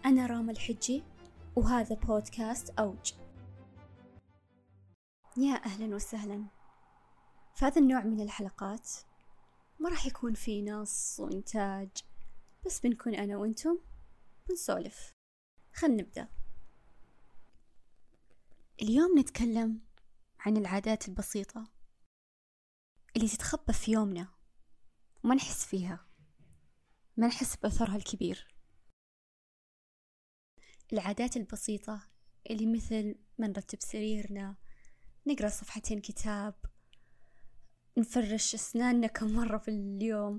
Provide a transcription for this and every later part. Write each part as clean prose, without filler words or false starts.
أنا راما الحجي وهذا بودكاست أوج. يا أهلا وسهلا. فهذا النوع من الحلقات ما راح يكون فيه نص وإنتاج، بس بنكون أنا وإنتم بنسولف. خلنا نبدأ. اليوم نتكلم عن العادات البسيطة اللي تتخبى في يومنا وما نحس فيها، ما نحس بأثرها الكبير. العادات البسيطة اللي مثل ما نرتب سريرنا، نقرأ صفحتين كتاب، نفرش أسناننا كم مرة في اليوم.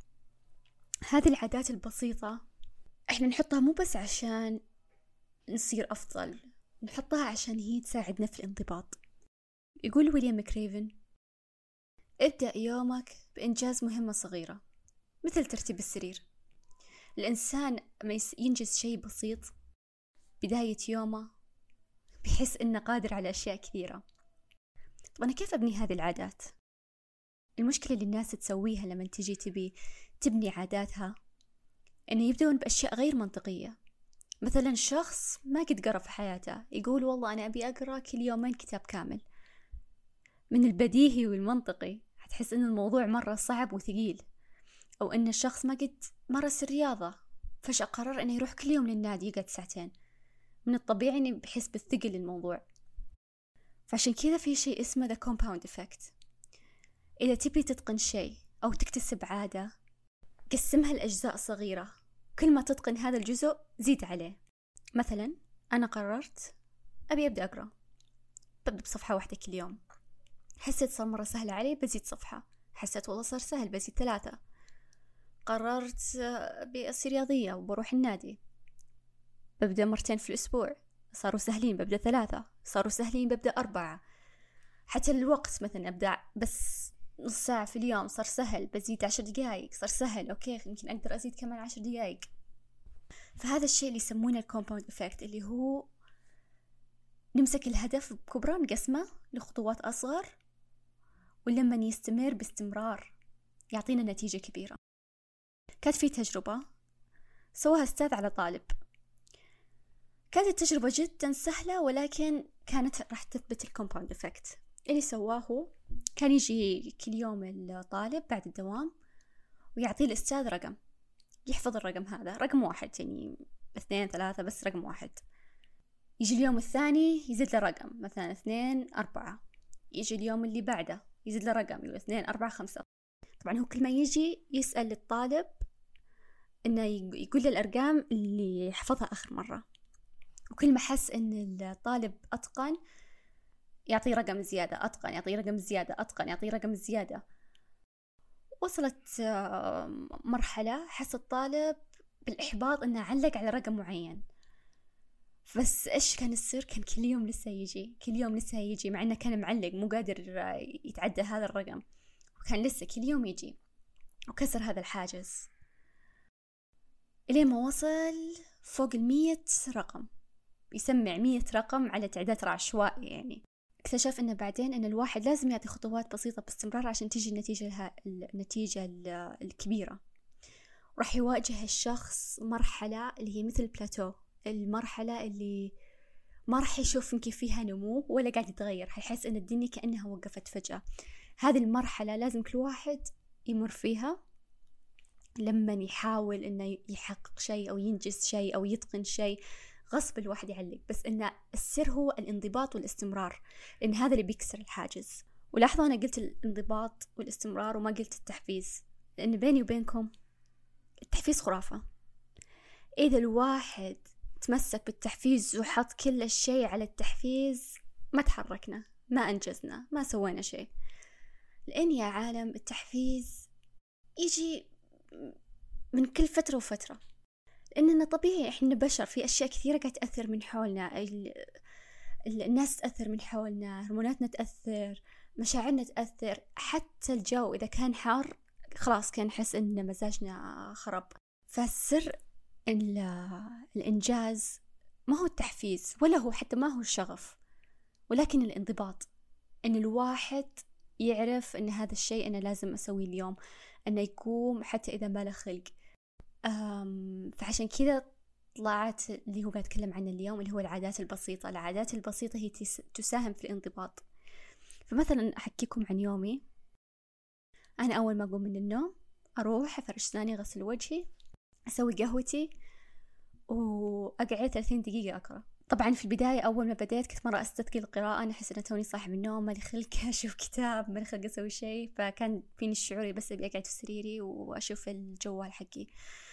هذه العادات البسيطة احنا نحطها مو بس عشان نصير أفضل، نحطها عشان هي تساعدنا في الانضباط. يقول ويليام كريفن: ابدأ يومك بإنجاز مهمة صغيرة مثل ترتيب السرير. الإنسان ما ينجز شيء بسيط بداية يومه بيحس إنه قادر على أشياء كثيرة. طب أنا كيف أبني هذه العادات؟ المشكلة اللي الناس تسويها لما تجي تبي تبني عاداتها إنه يبدون بأشياء غير منطقية. مثلا شخص ما قد قرأ في حياته يقول والله أنا أبي أقرأ كل يومين كتاب كامل. من البديهي والمنطقي هتحس إن الموضوع مرة صعب وثقيل. أو إن الشخص ما قد مارس الرياضة، فجأة قرر إنه يروح كل يوم للنادي يقعد ساعتين. من الطبيعي إنه بحس بالثقل للموضوع. فعشان كذا في شيء اسمه the compound effect. إذا تبي تتقن شيء أو تكتسب عادة، قسمها لأجزاء صغيرة، كل ما تتقن هذا الجزء زيد عليه. مثلا أنا قررت أبي أبدأ أقرأ، ببدأ بصفحة واحدة كل يوم. حسيت صار مرة سهل علي بزيد صفحة، حسيت والله صار سهل بزيد 3. قررت أبي أصير رياضية وبروح النادي، ببدأ مرتين في الأسبوع، صاروا سهلين ببدأ 3، صاروا سهلين ببدأ 4. حتى الوقت مثلا أبدأ بس نص ساعة في اليوم، صار سهل بزيد 10 دقائق، صار سهل أوكي يمكن أقدر أزيد كمان 10 دقائق. فهذا الشيء اللي يسمونه الكومباوند إفكت، اللي هو نمسك الهدف بكبره نقسمه لخطوات أصغر، ولما يستمر باستمرار يعطينا نتيجة كبيرة. كانت في تجربة سواها أستاذ على طالب. كانت التجربة جدا سهلة، ولكن كانت راح تثبت الكومباوند إفكت. اللي سواه كان يجي كل يوم الطالب بعد الدوام ويعطيه الأستاذ رقم، يحفظ الرقم هذا، رقم 1 يعني 2 3 بس رقم 1. يجي اليوم الثاني يزيد له رقم، مثلا 2 4. يجي اليوم اللي بعده يزيد له رقم، يقول 2 4 5. طبعا هو كل ما يجي يسأل الطالب إنه يقول له الأرقام اللي حفظها آخر مرة، وكل ما حس إن الطالب أتقن يعطي رقم زيادة، أتقن يعطي رقم زيادة، أتقن يعطي رقم زيادة. وصلت مرحلة حس الطالب بالإحباط إنه علق على رقم معين. بس إيش كان السر؟ كان كل يوم لسه يجي، كل يوم لسه يجي، مع إنه كان معلق مو قادر يتعدى هذا الرقم، وكان لسه كل يوم يجي، وكسر هذا الحاجز إلين ما وصل فوق 100 رقم. يسمع 100 رقم على تعداد عشوائي يعني. اكتشف إنه بعدين إن الواحد لازم يعطي خطوات بسيطة باستمرار عشان تيجي النتيجة الكبيرة. راح يواجه الشخص مرحلة اللي هي مثل بلاتو، المرحلة اللي ما راح يشوف يمكن فيها نمو ولا قاعد يتغير، حيحس إن الدنيا كأنها وقفت فجأة. هذه المرحلة لازم كل واحد يمر فيها لما يحاول إنه يحقق شيء أو ينجز شيء أو يتقن شيء. غصب الواحد يعلق، بس إن السر هو الانضباط والاستمرار، لأن هذا اللي بيكسر الحاجز. ولاحظوا أنا قلت الانضباط والاستمرار وما قلت التحفيز، لأن بيني وبينكم التحفيز خرافة. إذا الواحد تمسك بالتحفيز وحط كل الشيء على التحفيز، ما تحركنا، ما أنجزنا، ما سوينا شيء. لأن يا عالم التحفيز يجي من كل فترة وفترة، لأننا طبيعي إحنا بشر، في أشياء كثيرة قاعد تأثر من حولنا. الناس تأثر من حولنا، هرموناتنا تأثر، مشاعرنا تأثر، حتى الجو إذا كان حار خلاص كان نحس إن مزاجنا خرب. فالسر الإنجاز ما هو التحفيز، ولا هو حتى ما هو الشغف، ولكن الانضباط. إن الواحد يعرف إن هذا الشيء أنا لازم أسويه اليوم، أنه يقوم حتى إذا ما له خلق. فعشان كذا طلعت اللي هو قاعد أتكلم عنه اليوم، اللي هو العادات البسيطة. العادات البسيطة هي تساهم في الانضباط. فمثلا أحكيكم عن يومي. أنا أول ما أقوم من النوم أروح أفرش أسناني، أغسل وجهي، أسوي قهوتي، وأقعد 30 دقيقة أقرأ. طبعا في البداية أول ما بديت كنت مرة أستثقل القراءة، أنا أحس أن توني صاحي من النوم، مالي خلق أشوف كتاب، مالي خلق أسوي شيء. فكان فيني الشعوري بس أبي أقعد في سريري وأشوف الجوال حقي.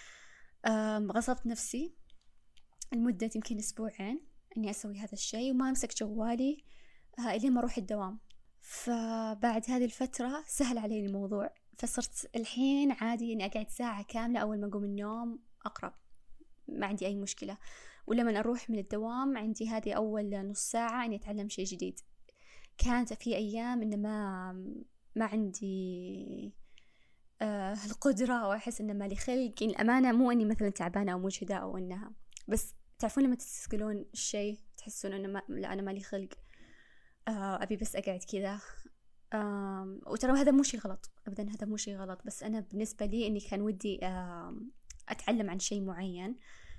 غصبت نفسي لمدة يمكن أسبوعين أني أسوي هذا الشيء وما أمسك جوالي إلين ما أروح الدوام. فبعد هذه الفترة سهل علي الموضوع، فصرت الحين عادي أني أقعد ساعة كاملة أول ما أقوم من النوم أقرأ، ما عندي أي مشكلة. ولما أروح من الدوام عندي هذه أول نص ساعة أني أتعلم شيء جديد. كانت في أيام إن ما عندي القدرة، أو أحس إن مالي خلق. الأمانة مو أني مثلا تعبانة أو مجهدة أو إنها، بس تعرفون لما تستثقلون الشيء تحسون إنه لا أنا مالي خلق، أبي بس أقعد كذا. وترى هذا مو شيء غلط أبدا، هذا مو شيء غلط، بس أنا بالنسبة لي إني كان ودي أتعلم عن شيء معين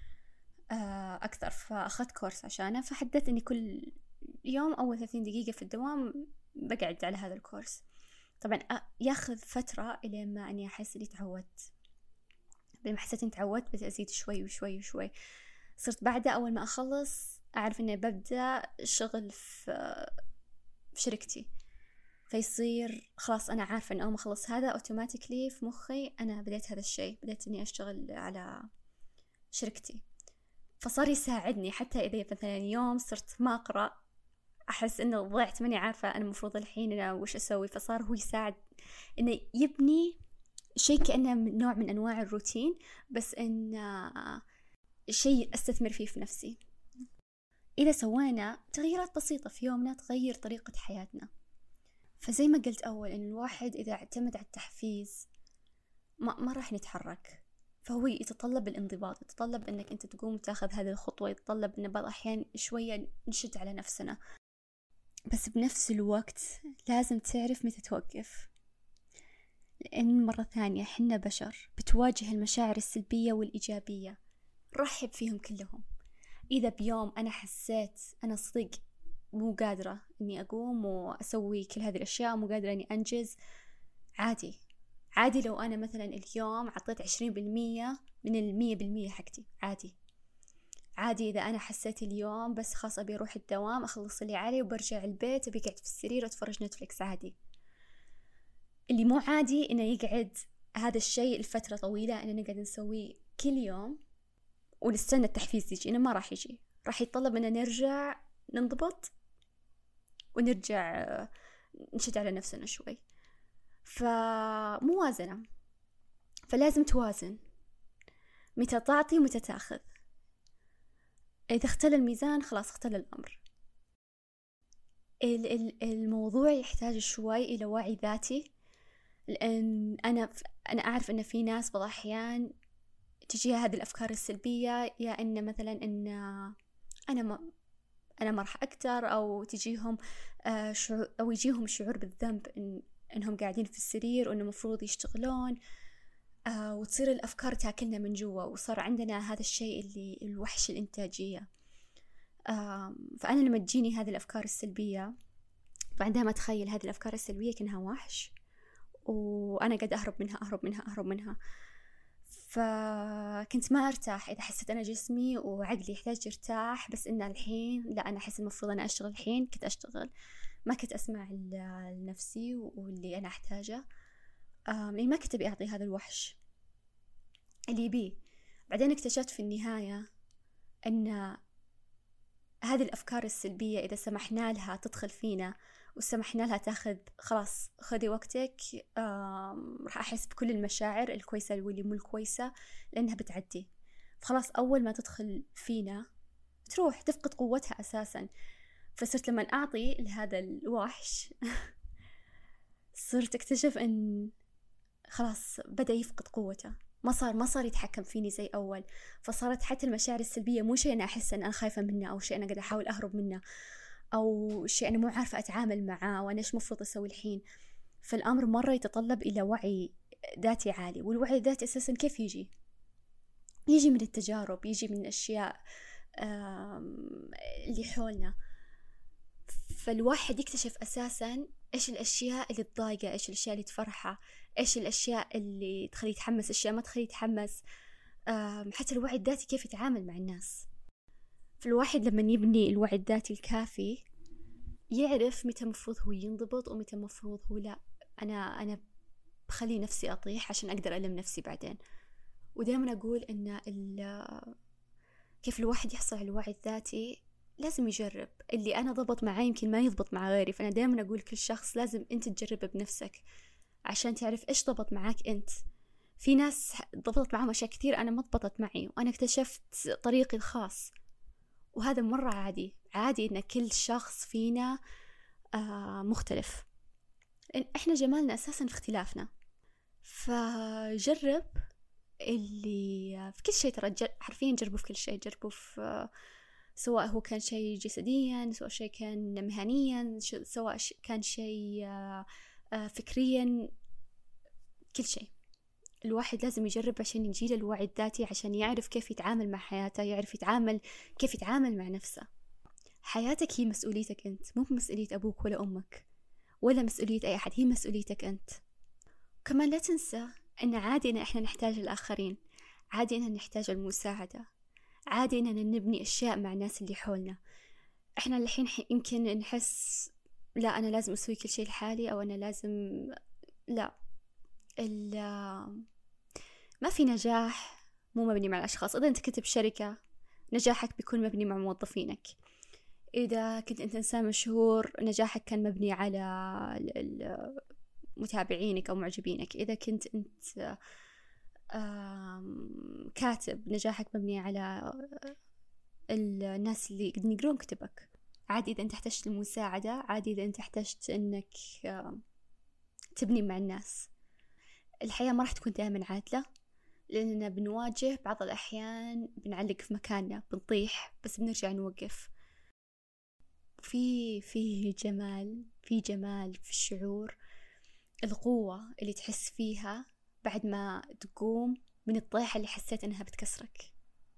أكثر، فأخذت كورس عشانه. فحددت إني كل يوم أول 30 دقيقة في الدوام بقعد على هذا الكورس. طبعا ياخذ فترة إلى ما أني أحس إني تعودت. لما حسيت إني تعودت بدأت أزيد شوي وشوي وشوي. صرت بعد أول ما أخلص أعرف إني ببدأ شغل في شركتي، فيصير خلاص أنا عارفة إن أول ما أخلص هذا أوتوماتيكلي في مخي أنا بديت هذا الشيء، بديت إني أشتغل على شركتي. فصار يساعدني حتى إذا مثلا يوم صرت ما أقرأ، أحس إنه ضعت ماني عارفة أنا المفروض الحين أنا وش أسوي. فصار هو يساعد إنه يبني شيء كأنه نوع من أنواع الروتين، بس إنه شيء أستثمر فيه في نفسي. إذا سوينا تغييرات بسيطة في يومنا تغير طريقة حياتنا. فزي ما قلت أول إن الواحد إذا اعتمد على التحفيز ما راح نتحرك. فهو يتطلب الانضباط، يتطلب أنك أنت تقوم وتاخذ هذه الخطوة، يتطلب أن بعض الأحيان شوية نشد على نفسنا، بس بنفس الوقت لازم تعرف متى توقف. لأن مرة ثانية حنا بشر، بتواجه المشاعر السلبية والإيجابية، رحب فيهم كلهم. إذا بيوم أنا حسيت أنا صدق مو قادرة أني أقوم وأسوي كل هذه الأشياء، مو قادرة أني أنجز، عادي لو أنا مثلا اليوم عطيت 20% من 100% حقتي، عادي إذا أنا حسيت اليوم بس خلاص أبي أروح الدوام، أخلص اللي علي وبرجع البيت أبي أقعد في السرير وأتفرج نتفليكس، عادي. اللي مو عادي إنه يقعد هذا الشيء لفترة طويلة، إننا نقعد نسويه كل يوم ونستنى التحفيز يجي، إنه ما راح يجي، راح يتطلب إننا نرجع ننضبط ونرجع نشد على نفسنا شوي. فموازنة، فلازم توازن متى تعطي ومتى تاخذ. إذا اختل الميزان خلاص اختل الأمر. الموضوع يحتاج شوي إلى وعي ذاتي، لأن أنا أعرف أن في ناس بعض الأحيان تجيها هذه الأفكار السلبية، يا إن مثلا إن أنا ما راح أقدر، أو تجيهم أو يجيهم شعور بالذنب إنهم قاعدين في السرير وإنه مفروض يشتغلون، وتصير الأفكار تاكلنا من جوا، وصار عندنا هذا الشيء اللي الوحش الإنتاجية. فأنا لما تجيني هذه الأفكار السلبية، فعندما أتخيل هذه الأفكار السلبية كأنها وحش وأنا قاعدة أهرب منها، فكنت ما أرتاح. إذا حسيت أنا جسمي وعقلي يحتاج يرتاح، بس إن الحين لا، أنا أحس المفروض أنا أشتغل الحين، كنت أشتغل، ما كنت أسمع لنفسي واللي أنا أحتاجه، يعني ما كنت أبي أعطي هذا الوحش اللي بيه. بعدين اكتشفت في النهاية أن هذه الأفكار السلبية إذا سمحنا لها تدخل فينا وسمحنا لها تاخذ، خلاص خذي وقتك، راح أحس بكل المشاعر الكويسة واللي مو الكويسة، لأنها بتعدي. فخلاص أول ما تدخل فينا تروح تفقد قوتها أساسا. فصرت لما أعطي لهذا الوحش صرت أكتشف أن خلاص بدأ يفقد قوته، ما صار يتحكم فيني زي أول. فصارت حتى المشاعر السلبية مو شيء أنا أحس أن أنا خايفة منه، أو شيء أنا قاعدة أحاول أهرب منه، أو شيء أنا مو عارفة أتعامل معاه وأنا إيش مفروض أسوي الحين. فالأمر مرة يتطلب إلى وعي ذاتي عالي، والوعي الذاتي أساسا كيف يجي؟ يجي من التجارب، يجي من الأشياء اللي حولنا. فالواحد يكتشف أساساً إيش الأشياء اللي تضايقه، إيش الأشياء اللي تفرحه، إيش الأشياء اللي تخليه يتحمس، أشياء ما تخليه يتحمس. حتى الوعي الذاتي كيف يتعامل مع الناس. فالواحد لما يبني الوعي الذاتي الكافي يعرف متى مفروض هو ينضبط ومتى مفروض هو لا، أنا بخلي نفسي أطيح عشان أقدر ألم نفسي بعدين. ودائما أقول إن كيف الواحد يحصل على الوعي الذاتي لازم يجرب. اللي أنا ضبط معي يمكن ما يضبط مع غيري، فأنا دائما أقول كل شخص لازم أنت تجرب بنفسك عشان تعرف إيش ضبط معاك أنت. في ناس ضبطت معهم أشياء كثير أنا ما ضبطت معي، وأنا اكتشفت طريقي الخاص، وهذا مرة عادي إن كل شخص فينا مختلف. إحنا جمالنا أساسا في اختلافنا. فجرب اللي في كل شيء، ترى حرفيا جربوا في كل شيء. جربوا في سواء هو كان شيء جسديا، سواء شيء كان مهنيا، سواء كان شيء فكريا، كل شيء. الواحد لازم يجرب عشان يجيله الوعي الذاتي، عشان يعرف كيف يتعامل مع حياته، يعرف كيف يتعامل مع نفسه. حياتك هي مسؤوليتك أنت، مو مسؤولية أبوك ولا أمك ولا مسؤولية أي أحد، هي مسؤوليتك أنت. كمان لا تنسى أن عادي أن إحنا نحتاج الآخرين، عادي أن نحتاج المساعدة، عادي أننا نبني أشياء مع الناس اللي حولنا. إحنا الحين يمكن نحس لا أنا لازم أسوي كل شيء لحالي، أو أنا لازم، لا، ما في نجاح مو مبني مع الأشخاص. إذا أنت كنت بشركة نجاحك بيكون مبني مع موظفينك. إذا كنت أنت إنسان مشهور نجاحك كان مبني على متابعينك أو معجبينك. إذا كنت أنت كاتب نجاحك مبني على الناس اللي يقدرون يقرون كتبك. عادي إذا أنت احتجت المساعدة، عادي إذا أنت احتجت أنك تبني مع الناس. الحياة ما راح تكون دائما عادلة، لأننا بنواجه بعض الأحيان بنعلق في مكاننا، بنطيح، بس بنرجع نوقف. في جمال في الشعور، القوة اللي تحس فيها بعد ما تقوم من الطيحة اللي حسيت أنها بتكسرك.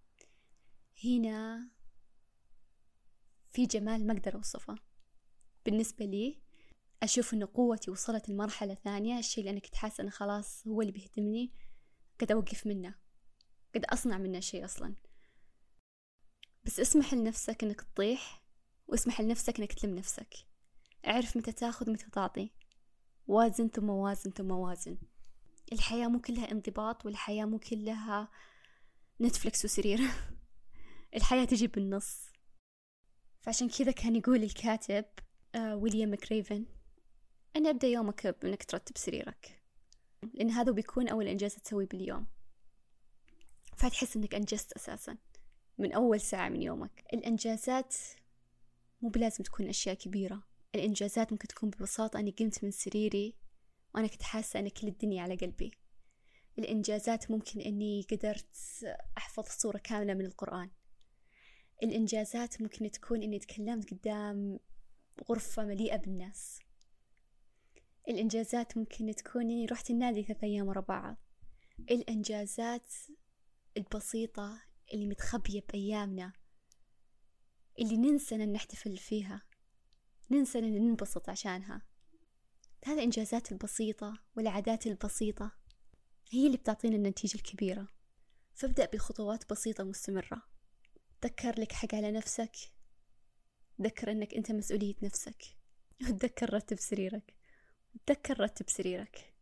هنا في جمال ما أقدر أوصفه. بالنسبة لي أشوف أن قوتي وصلت لمرحلة ثانية. الشيء اللي أنا كنت حاسة أنه خلاص هو اللي بيهدمني قد أوقف منه، قد أصنع منه شيء أصلا. بس اسمح لنفسك أنك تطيح، واسمح لنفسك أنك تلم نفسك. اعرف متى تاخذ متى تعطي، وازن ثم وازن ثم وازن. الحياة مو كلها انضباط، والحياة مو كلها نتفلكس وسرير. الحياة تجي بالنص. فعشان كذا كان يقول الكاتب ويليام مكريفن أن أبدأ يومك بأنك ترتب سريرك، لأن هذا بيكون أول إنجاز تسويه باليوم، فتحس أنك أنجزت أساسا من أول ساعة من يومك. الإنجازات مو بلازم تكون أشياء كبيرة. الإنجازات ممكن تكون ببساطة أني قمت من سريري وأنا كنت حاسة أن كل الدنيا على قلبي. الإنجازات ممكن أني قدرت أحفظ صورة كاملة من القرآن. الإنجازات ممكن تكون أني تكلمت قدام غرفة مليئة بالناس. الإنجازات ممكن تكون أني رحت النادي 3 أيام ورا بعض. الإنجازات البسيطة اللي متخبية بأيامنا، اللي ننسى أن نحتفل فيها، ننسى أن ننبسط عشانها. هذه الإنجازات البسيطة والعادات البسيطة هي اللي بتعطينا النتيجة الكبيرة. فابدأ بخطوات بسيطة مستمرة. تذكر لك حق على نفسك، تذكر أنك أنت مسؤولية نفسك، وتذكر رتب سريرك، وتذكر رتب سريرك،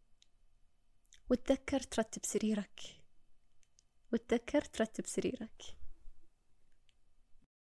وتذكر ترتب سريرك، وتذكر ترتب سريرك.